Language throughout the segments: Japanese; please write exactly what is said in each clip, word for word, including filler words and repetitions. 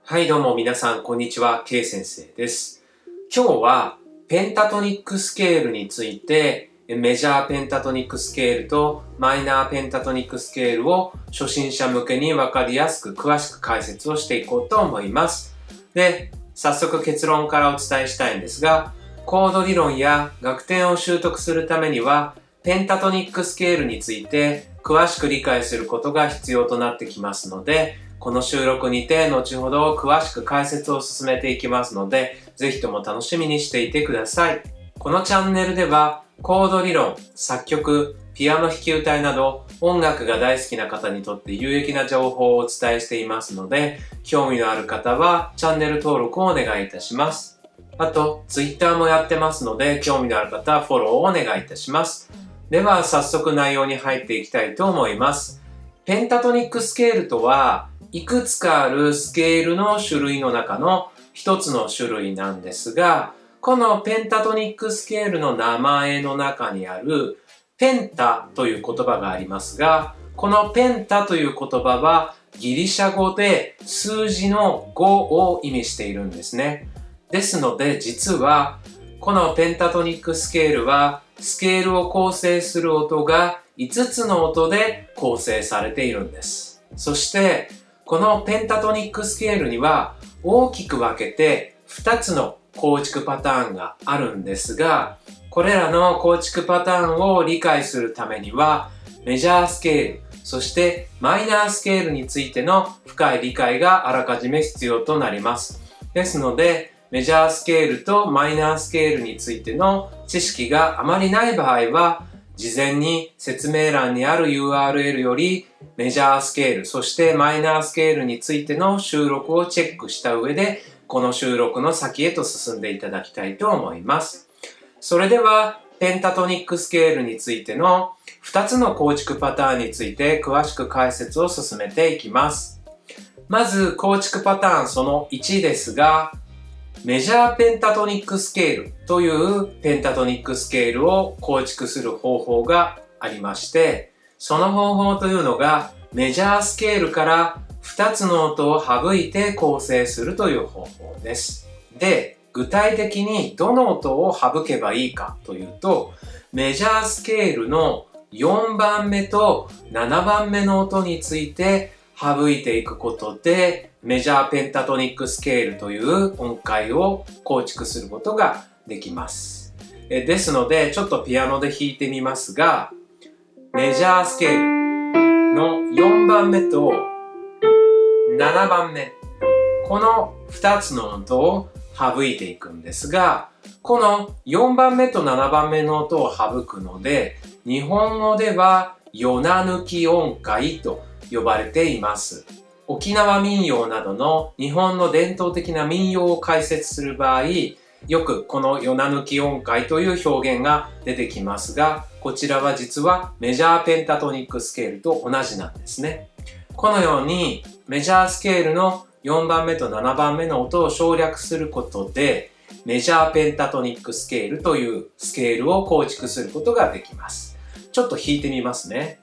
はい、どうも皆さん、こんにちは。K 先生です。今日はペンタトニックスケールについて、メジャーペンタトニックスケールとマイナーペンタトニックスケールを初心者向けにわかりやすく詳しく解説をしていこうと思います。で、早速結論からお伝えしたいんですが、コード理論や楽点を習得するためには、ペンタトニックスケールについて詳しく理解することが必要となってきますので、この収録にて後ほど詳しく解説を進めていきますので、ぜひとも楽しみにしていてください。このチャンネルでは、コード理論、作曲、ピアノ弾き歌いなど、音楽が大好きな方にとって有益な情報をお伝えしていますので、興味のある方はチャンネル登録をお願いいたします。あと、Twitter もやってますので、興味のある方はフォローをお願いいたします。では、早速内容に入っていきたいと思います。ペンタトニックスケールとは、いくつかあるスケールの種類の中の一つの種類なんですが、このペンタトニックスケールの名前の中にあるペンタという言葉がありますが、このペンタという言葉はギリシャ語で数字のごを意味しているんですね。ですので実はこのペンタトニックスケールはスケールを構成する音がいつつの音で構成されているんです。そしてこのペンタトニックスケールには大きく分けてふたつの構築パターンがあるんですが、これらの構築パターンを理解するためにはメジャースケール、そしてマイナースケールについての深い理解があらかじめ必要となります。ですので、メジャースケールとマイナースケールについての知識があまりない場合は、事前に説明欄にある ユーアールエル よりメジャースケール、そしてマイナースケールについての収録をチェックした上で、この収録の先へと進んでいただきたいと思います。それでは、ペンタトニックスケールについてのふたつの構築パターンについて詳しく解説を進めていきます。まず、構築パターンそのいちですが、メジャーペンタトニックスケールというペンタトニックスケールを構築する方法がありまして、その方法というのがメジャースケールからふたつの音を省いて構成するという方法です。で、具体的にどの音を省けばいいかというと、メジャースケールのよんばんめとななばんめの音について省いていくことで、メジャーペンタトニックスケールという音階を構築することができます。えですので、ちょっとピアノで弾いてみますが、メジャースケールのよんばんめとななばんめ、このふたつの音を省いていくんですが、このよんばんめとななばんめの音を省くので、日本語ではよな抜き音階と呼ばれています。沖縄民謡などの日本の伝統的な民謡を解説する場合、よくこのよな抜き音階という表現が出てきますが、こちらは実はメジャーペンタトニックスケールと同じなんですね。このようにメジャースケールのよんばんめとななばんめの音を省略することで、メジャーペンタトニックスケールというスケールを構築することができます。ちょっと弾いてみますね。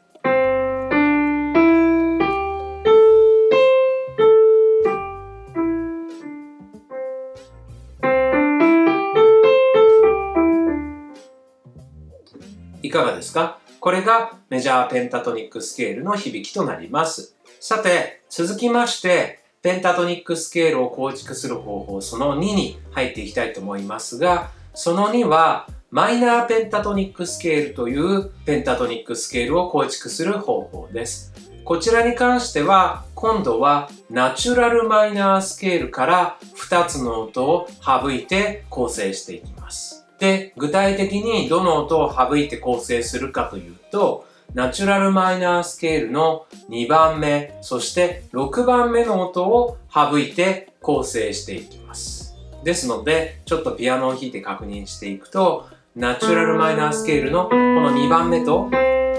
いかがですか？これがメジャーペンタトニックスケールの響きとなります。さて、続きまして、ペンタトニックスケールを構築する方法そのにに入っていきたいと思いますが、そのにはマイナーペンタトニックスケールというペンタトニックスケールを構築する方法です。こちらに関しては、今度はナチュラルマイナースケールからふたつの音を省いて構成していきます。で、具体的にどの音を省いて構成するかというと、ナチュラルマイナースケールのにばんめ、そしてろくばんめの音を省いて構成していきます。ですので、ちょっとピアノを弾いて確認していくと、ナチュラルマイナースケールのこのにばんめと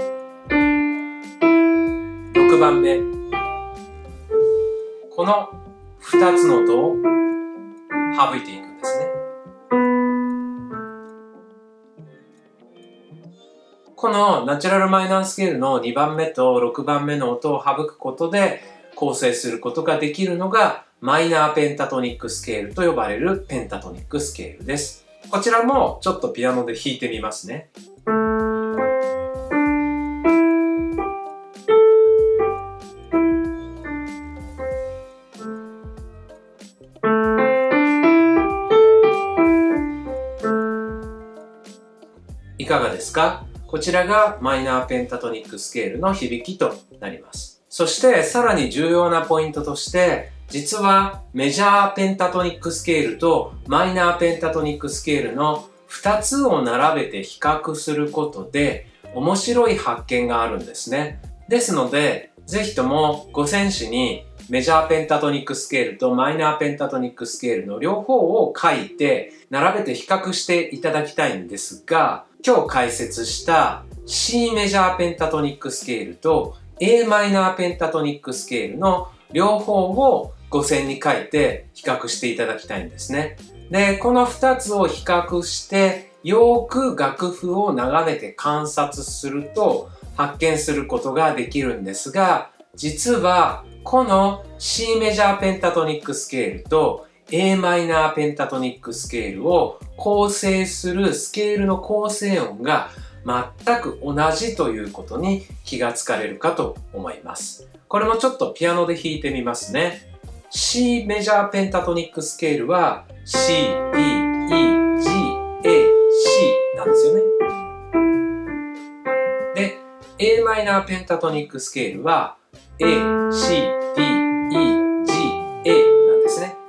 ろくばんめ、このふたつの音を省いていくんですね。このナチュラルマイナースケールのにばんめとろくばんめの音を省くことで構成することができるのがマイナーペンタトニックスケールと呼ばれるペンタトニックスケールです。こちらもちょっとピアノで弾いてみますね。いかがですか？こちらがマイナーペンタトニックスケールの響きとなります。そしてさらに重要なポイントとして、実はメジャーペンタトニックスケールとマイナーペンタトニックスケールのふたつを並べて比較することで面白い発見があるんですね。ですので、ぜひともご選手にメジャーペンタトニックスケールとマイナーペンタトニックスケールの両方を書いて並べて比較していただきたいんですが、今日解説した C メジャーペンタトニックスケールと A マイナーペンタトニックスケールの両方をご線に書いて比較していただきたいんですね。で、このふたつを比較してよーく楽譜を眺めて観察すると発見することができるんですが、実はこの C メジャーペンタトニックスケールと A マイナーペンタトニックスケールを構成するスケールの構成音が全く同じということに気がつかれるかと思います。これもちょっとピアノで弾いてみますね。C メジャーペンタトニックスケールは C、D、E、G、A、C なんですよね。で、A マイナーペンタトニックスケールは A、C、D、E、G、A なんですね。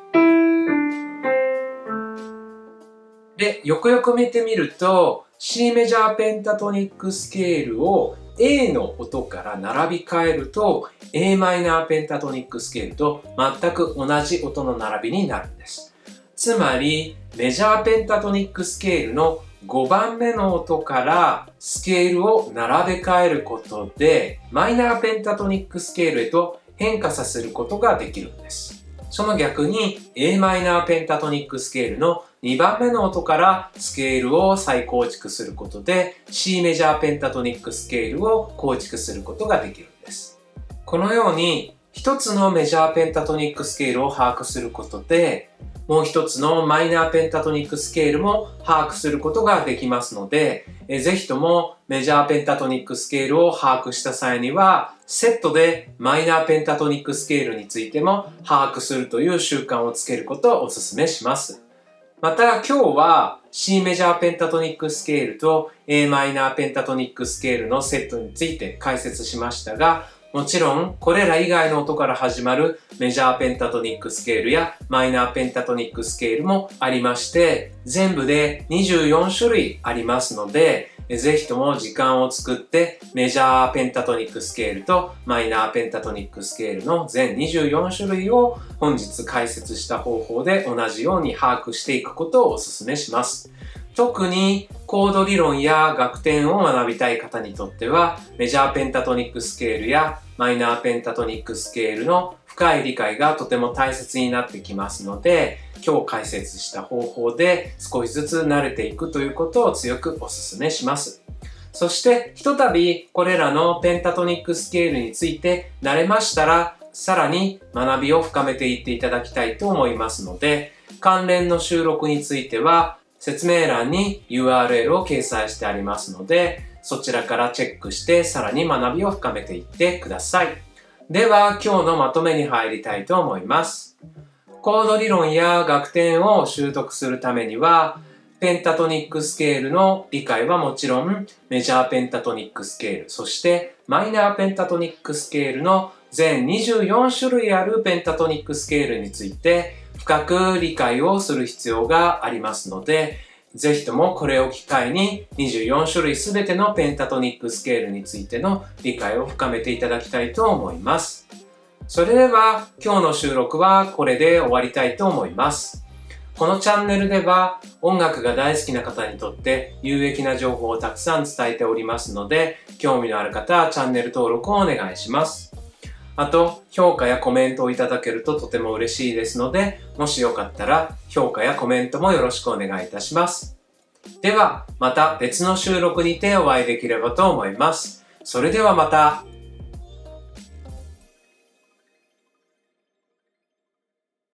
で、よくよく見てみると C メジャーペンタトニックスケールを A の音から並び替えると A マイナーペンタトニックスケールと全く同じ音の並びになるんです。つまりメジャーペンタトニックスケールのごばんめの音からスケールを並べ替えることでマイナーペンタトニックスケールへと変化させることができるんです。その逆に A マイナーペンタトニックスケールのにばんめの音からスケールを再構築することで C メジャーペンタトニックスケールを構築することができるんです。このように一つのメジャーペンタトニックスケールを把握することでもう一つのマイナーペンタトニックスケールも把握することができますので、えぜひともメジャーペンタトニックスケールを把握した際には、セットでマイナーペンタトニックスケールについても把握するという習慣をつけることをお勧めします。また今日は C メジャーペンタトニックスケールと A マイナーペンタトニックスケールのセットについて解説しましたが、もちろんこれら以外の音から始まるメジャーペンタトニックスケールやマイナーペンタトニックスケールもありまして、全部でにじゅうよんしゅるいありますので、ぜひとも時間を作ってメジャーペンタトニックスケールとマイナーペンタトニックスケールの全にじゅうよんしゅるいを本日解説した方法で同じように把握していくことをお勧めします。特にコード理論や楽典を学びたい方にとってはメジャーペンタトニックスケールやマイナーペンタトニックスケールの深い理解がとても大切になってきますので、今日解説した方法で少しずつ慣れていくということを強くお勧めします。そしてひとたびこれらのペンタトニックスケールについて慣れましたら、さらに学びを深めていっていただきたいと思いますので、関連の収録については説明欄に ユーアールエル を掲載してありますので、そちらからチェックしてさらに学びを深めていってください。では今日のまとめに入りたいと思います。コード理論や楽典を習得するためには、ペンタトニックスケールの理解はもちろん、メジャーペンタトニックスケール、そしてマイナーペンタトニックスケールの全にじゅうよんしゅるいあるペンタトニックスケールについて深く理解をする必要がありますので、ぜひともこれを機会ににじゅうよんしゅるいすべてのペンタトニックスケールについての理解を深めていただきたいと思います。それでは今日の収録はこれで終わりたいと思います。このチャンネルでは音楽が大好きな方にとって有益な情報をたくさん伝えておりますので、興味のある方はチャンネル登録をお願いします。あと、評価やコメントをいただけるととても嬉しいですので、もしよかったら評価やコメントもよろしくお願いいたします。では、また別の収録にてお会いできればと思います。それではまた。